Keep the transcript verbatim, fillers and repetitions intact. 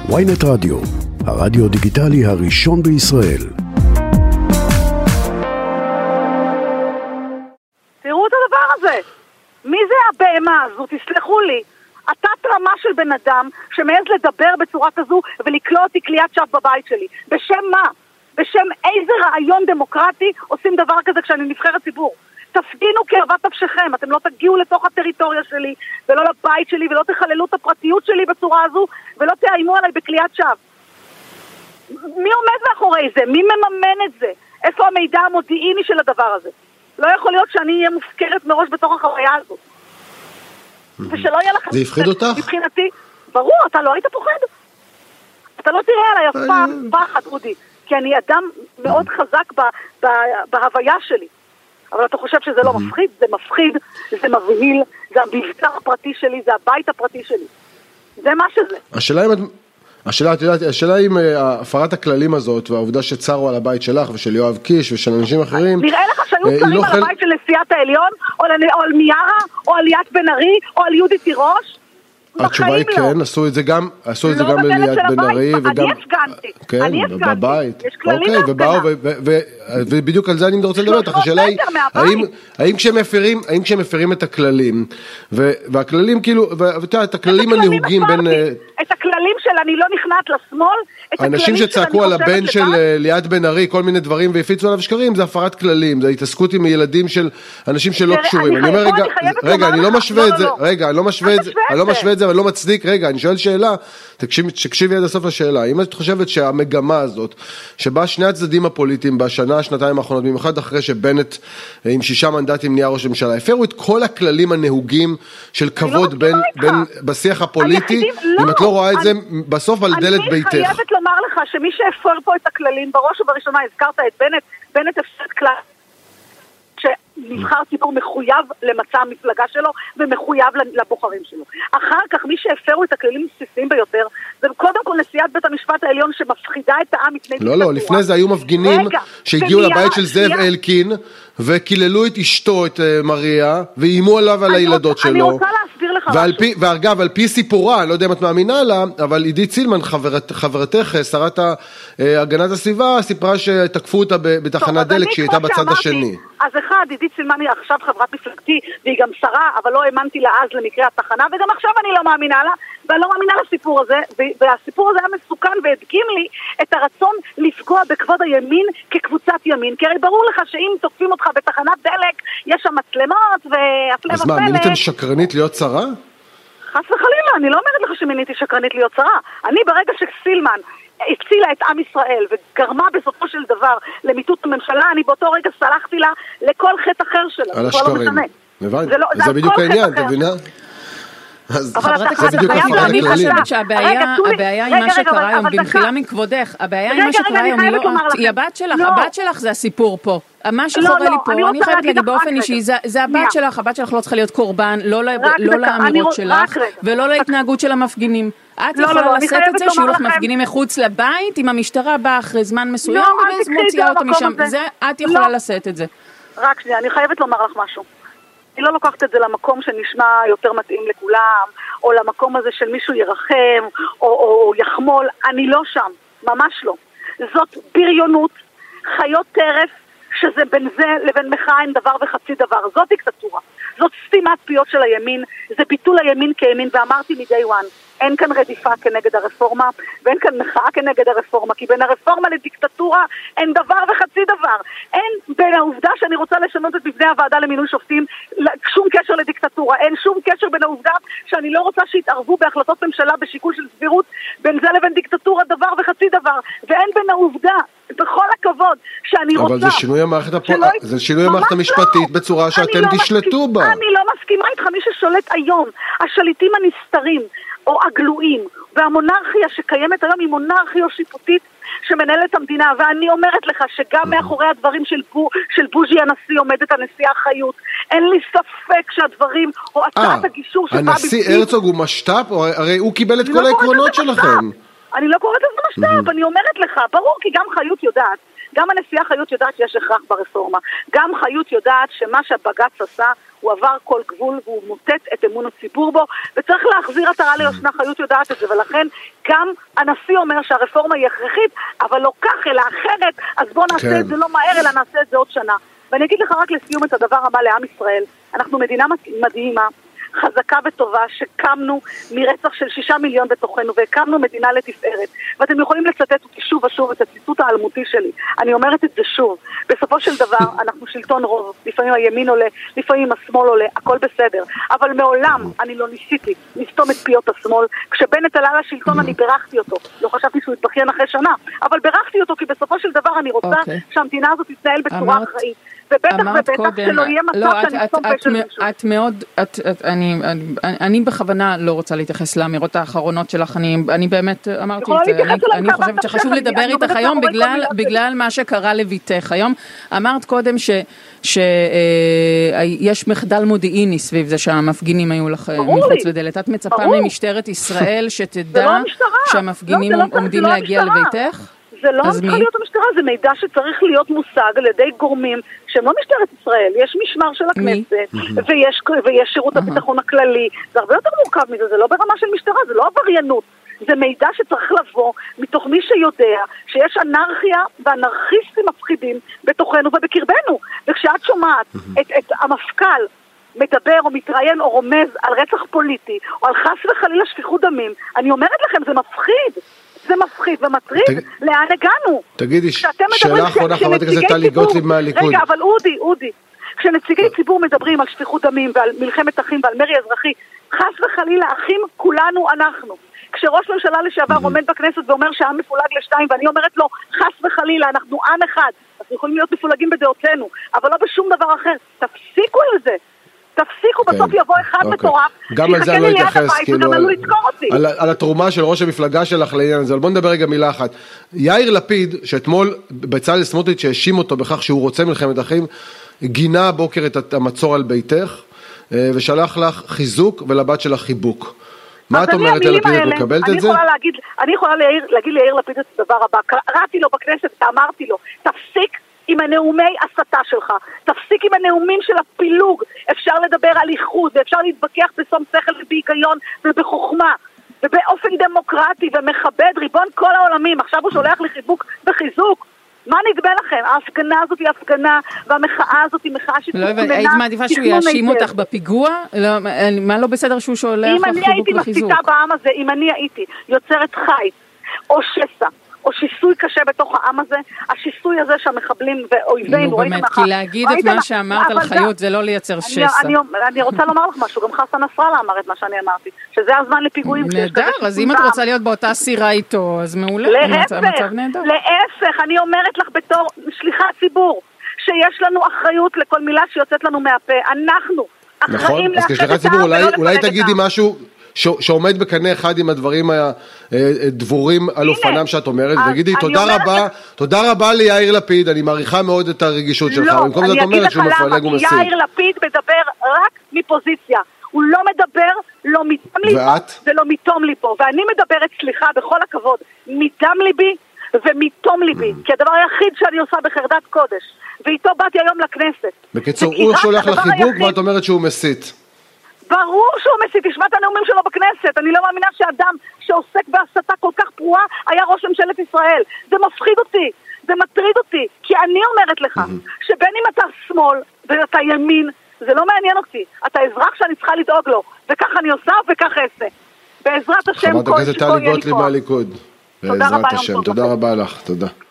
וויינט רדיו, הרדיו דיגיטלי הראשון בישראל. תראו את הדבר הזה. מי זה הבהמה הזו? תסלחו לי. אתה תרמה של בן אדם שמעז לדבר בצורה כזו ולקלוע אותי קליית שווא בבית שלי. בשם מה? בשם איזה רעיון דמוקרטי עושים דבר כזה כשאני נבחרת ציבור? תפגינו כאוות נפשכם, אתם לא תגיעו לתוך הטריטוריה שלי ולא לבית שלי ולא תחללו את הפרטיות שלי בצורה הזו ולא תאיימו עליי בקליית שווא. מי עומד מאחורי זה? מי מממן את זה? איפה המידע המודיעיני של הדבר הזה? לא יכול להיות שאני אהיה מופקרת מראש בתוך החוויה הזו. ושלא יהיה לכם... זה יפחיד אותך? מבחינתי, ברור, אתה לא היית פוחד. אתה לא תראה עליי אף פעם פחד, אודי, כי אני אדם מאוד חזק בהוויה שלי. אבל אתה חושב שזה לא מפחיד? זה מפחיד, זה מבהיל, זה המבצר הפרטי שלי, זה הבית הפרטי שלי. זה מה שזה. השאלה אם... השאלה, את יודעת, השאלה אם הפרת הכללים הזאת והעובדה שצרו על הבית שלך ושל יואב קיש ושל אנשים אחרים... נראה לך שהיו צרים על הבית של נשיאת העליון, או על מיארה, או על ליאת בן ארי, או על יהודית תירוש? התשובה היא כן, עשו את זה גם, עשו את זה גם לליאת בן ארי וגם... אני הפגנתי, כן, אני הפגנתי. בבית. יש כללים להפגנה. ובדיוק על זה אני רוצה לדבר איתך. השאלה היא, האם כשהם מפרים את הכללים, והכללים כאילו, ואתה יודעת, הכללים הנהוגים בין... את הכללים של אני לא נכנעת לשמאל, האנשים שצעקו על הבן של ליאת בן ארי, כל מיני דברים, והפיצו עליו שקרים, זה הפרת כללים, זה התעסקות עם ילדים של אנשים שלא קשורים. אני אומר, רגע, אני לא משווה את זה, רגע, אני לא משווה את זה, אני לא משווה את זה, אבל לא מצדיק. רגע, אני שואל שאלה, תקשיבי עד הסוף לשאלה. אם את חושבת שהמגמה הזאת, שבה שני הצדדים הפוליטיים בשנה, שנתיים האחרונות, במיוחד אחרי שבנט עם שישה מנדטים נהיה ראש הממשלה, הפרו את כל הכללים הנהוגים של כבוד בין בשיח הפוליטי, אם את לא רואה את זה בסוף על דלת ביתך. אני חייבת לומר לך שמי שהפר פה את הכללים, בראש ובראשונה הזכרת את בנט, בנט הפסד כלל. שנבחר ציבור מחויב למצע המפלגה שלו ומחויב לבוחרים שלו. אחר כך מי שהפרו את הכללים הבסיסיים ביותר זה קודם כל נשיאת בית המשפט העליון שמפחידה את העם מפני לא, לא, לפני זה היו מפגינים שהגיעו לבית של זאב אלקין וקיללו את אשתו, את מריה, ואיימו עליו ועל הילדות שלו. אני רוצה להסביר לך משהו. ואגב, על פי סיפורה, לא יודע אם את מאמינה לה, אבל עידית סילמן, חברתך, שרת הגנת הסביבה, סיפרה שתקפו אותה בתחנת דלק כשהיא הייתה בצד השני. אז אחד, עידית סילמן היא עכשיו חברת מפלגתי, והיא גם שרה, אבל לא האמנתי לה אז למקרה התחנה, וגם עכשיו אני לא מאמינה לה, ואני לא מאמינה לסיפור הזה, והסיפור הזה היה מסוכן והדגים לי את הרצון לפגוע בכבוד הימין כקבוצת ימין, כי הרי ברור לך שאם תוקפים אותך בתחנת דלק, יש שם מצלמות והפלא אז מה, מיניתם שקרנית להיות שרה? חס וחלילה, אני לא אומרת לך שמיניתי שקרנית להיות שרה. אני ברגע שסילמן הצילה את עם ישראל וגרמה בסופו של דבר למיטוט הממשלה, אני באותו רגע סלחתי לה לכל חטא אחר שלה. על השקרים. הבנתי. זה בדיוק העניין, אתה מבינה? חברת הכנסת, אני חושבת שהבעיה עם מה שקרה היום, במחילה מכבודך, הבעיה עם מה שקרה היום היא הבת שלך, הבת שלך זה הסיפור פה. מה שקורה לי פה, אני חייבת להגיד באופן אישי, זה הבת שלך, הבת שלך לא צריכה להיות קורבן, לא לאמירות שלך ולא להתנהגות של המפגינים. את יכולה לשאת את זה שיהיו לך מפגינים מחוץ לבית, אם המשטרה באה אחרי זמן מסוים ומוציאה אותו משם, את יכולה לשאת את זה. רק שנייה, אני חייבת לומר לך משהו. אני לא לוקחת את זה למקום שנשמע יותר מתאים לכולם, או למקום הזה של מישהו ירחם, או, או, או יחמול. אני לא שם, ממש לא. זאת בריונות, חיות טרף, שזה בין זה לבין מחאה אין דבר וחצי דבר. זאת דיקטטורה. זאת סתימת פיות של הימין, זה ביטול הימין כימין, ואמרתי מדי וואן, אין כאן רדיפה כנגד הרפורמה, ואין כאן מחאה כנגד הרפורמה, כי בין הרפורמה לדיקטטורה אין דבר וחצי דבר. אין בין העובדה שאני רוצה לשנות את מבנה הוועדה למינוי שופטים, שום קשר לדיקטטורה, אין שום קשר בין העובדה שאני לא רוצה שיתערבו בהחלטות ממשלה בשיקול של סבירות, בין זה לבין דיקטטורה דבר וחצי דבר, ואין בין העובדה, בכל הכבוד, שאני רוצה... אבל זה שינוי המערכת, הפ... זה שינוי המערכת המשפטית לא. בצורה שאתם תשלטו בה. אני לא מסכימה איתך, מי ששולט היום, השליטים הנסתרים, או הגלויים, והמונרכיה שקיימת היום היא מונרכיה שיפוטית שמנהלת את המדינה, ואני אומרת לך שגם מאחורי הדברים של, בו, של בוז'י הנשיא עומדת הנשיאה חיות. אין לי ספק שהדברים, או הצעת הגישור שבא בפנים... הנשיא הרצוג הוא משטאפ? הרי הוא קיבל את כל העקרונות שלכם. אני לא קוראת לזה משטאפ, אני אומרת לך, ברור כי גם חיות יודעת גם הנשיאה חיות יודעת שיש הכרח ברפורמה. גם חיות יודעת שמה שהבג"ץ עשה, הוא עבר כל גבול והוא מוטט את אמון הציבור בו, וצריך להחזיר עטרה ליושנה, חיות יודעת את זה, ולכן גם הנשיא אומר שהרפורמה היא הכרחית, אבל לא כך, אלא אחרת, אז בוא נעשה כן. את זה לא מהר, אלא נעשה את זה עוד שנה. ואני אגיד לך רק לסיום את הדבר הבא לעם ישראל. אנחנו מדינה מדהימה, חזקה וטובה, שקמנו מרצח של שישה מיליון בתוכנו, והקמנו מדינה לתפארת. ואתם יכולים לצטט אותי שוב ושוב את הציטוט האלמותי שלי. אני אומרת את זה שוב. בסופו של דבר, אנחנו שלטון רוב. לפעמים הימין עולה, לפעמים השמאל עולה, הכל בסדר. אבל מעולם אני לא ניסיתי לסתום את פיות השמאל. כשבנט עלה לשלטון אני בירכתי אותו. לא חשבתי שהוא יתבכיין אחרי שנה. אבל בירכתי אותו כי בסופו של דבר אני רוצה okay. שהמדינה הזאת תתנהל בצורה אמרת, אחראית. ובטח ובטח שלא יהיה מצב לא, שאני סתום פה של מישהו. את מאוד, את, את, אני, אני, אני בכוונה לא רוצה להתייחס לאמירות האחרונות שלך, אני, אני באמת אמרתי את זה, אני, אני חושבת שחשוב לדבר איתך היום בגלל, בגלל מה שקרה לביתך. היום אמרת קודם ש, שיש מחדל מודיעיני סביב זה שהמפגינים היו לך מחוץ לדלת. את מצפה ממשטרת ישראל שתדע שהמפגינים עומדים להגיע לביתך? זה לא צריך להיות המשטרה, זה מידע שצריך להיות מושג על ידי גורמים שהם לא משטרת ישראל, יש משמר של הכנסת, ויש, ויש שירות הביטחון הכללי, זה הרבה יותר מורכב מזה, זה לא ברמה של משטרה, זה לא עבריינות, זה מידע שצריך לבוא מתוך מי שיודע שיש אנרכיה ואנרכיסטים מפחידים בתוכנו ובקרבנו, וכשאת שומעת את, את המפכ"ל מדבר או מתראיין או רומז על רצח פוליטי, או על חס וחלילה שפיכות דמים, אני אומרת לכם, זה מפחיד. זה מפחיד ומטריד, תג... לאן הגענו? תגידי, שאלה אחרונה חברת הכנסת טלי גוטליב מהליכוד. רגע, אבל אודי, אודי, כשנציגי ציבור מדברים על שפיכות דמים ועל מלחמת אחים ועל מרי אזרחי, חס וחלילה, אחים כולנו אנחנו. כשראש ממשלה לשעבר עומד בכנסת ואומר שהעם מפולג לשתיים, ואני אומרת לו, חס וחלילה, אנחנו עם אחד, אנחנו יכולים להיות מפולגים בדעותינו, אבל לא בשום דבר אחר. תפסיקו על זה. תפסיקו, בסוף יבוא אחד מטורף, שיחכה לי ליד הבית וגם עלו לזכור אותי. על התרומה של ראש המפלגה שלך לעניין הזה, אבל בוא נדבר רגע מילה אחת. יאיר לפיד, שאתמול בצלאל סמוטריץ' שהאשים אותו בכך שהוא רוצה מלחמת אחים, גינה הבוקר את המצור על ביתך, ושלח לך חיזוק ולבת שלך חיבוק. מה את אומרת לפיד, את מקבלת את זה? אני יכולה להגיד ליאיר לפיד את הדבר הבא, קראתי לו בכנסת ואמרתי לו, תפסיק עם הנאומי הסתה שלך, תפסיק עם הנאומים של הפילוג, אפשר לדבר על איחוד, ואפשר להתווכח בשום שכל ובהיגיון ובחוכמה, ובאופן דמוקרטי ומכבד ריבון כל העולמים, עכשיו הוא שולח לי חיבוק וחיזוק, מה נדמה לכם? ההפגנה הזאת היא הפגנה, והמחאה הזאת היא מחאה שתוכננה. לא, היית מעדיפה שהוא יאשים אותך בפיגוע? מה לא בסדר שהוא שולח לך חיבוק וחיזוק? אם אני הייתי מפציצה בעם הזה, אם אני הייתי יוצרת חיץ, או שסע, או שיסוי קשה בתוך העם הזה, השיסוי הזה שהמחבלים ואויבינו... נו באמת, כי להגיד את מה שאמרת על חיות זה לא לייצר שסע. אני רוצה לומר לך משהו, גם חסן נסראללה אמר את מה שאני אמרתי, שזה הזמן לפיגועים. נהדר, אז אם את רוצה להיות באותה סירה איתו, אז מעולה, המצב נהדר. להפך, אני אומרת לך בתור שליחת ציבור, שיש לנו אחריות לכל מילה שיוצאת לנו מהפה, אנחנו אחראים לאחד את העם ולא לפלג את העם. אולי תגידי משהו שעומד בקנה אחד עם הדברים הדבורים על אופנם שאת אומרת, וגידי, תודה רבה, תודה רבה ליאיר לפיד, אני מעריכה מאוד את הרגישות שלך, במקום זאת אומרת שהוא מפלג ומסית. יאיר לפיד מדבר רק מפוזיציה, הוא לא מדבר לא מדם ליבו ולא מתום ליבו, ואני מדברת, סליחה, בכל הכבוד, מדם ליבי ומתום ליבי, כי הדבר היחיד שאני עושה בחרדת קודש, ואיתו באתי היום לכנסת. בקיצור, הוא שולח לחיבוק ואת אומרת שהוא מסית. ברור שהוא מסית, תשמע את הנאומים שלו בכנסת, אני לא מאמינה שאדם שעוסק בהסתה כל כך פרועה היה ראש ממשלת ישראל. זה מפחיד אותי, זה מטריד אותי, כי אני אומרת לך שבין אם אתה שמאל ואתה ימין, זה לא מעניין אותי, אתה אזרח שאני צריכה לדאוג לו, וכך אני עושה וכך אעשה. בעזרת השם, חברת הכנסת טלי גוטליב מהליכוד. בעזרת השם, תודה רבה לך, תודה.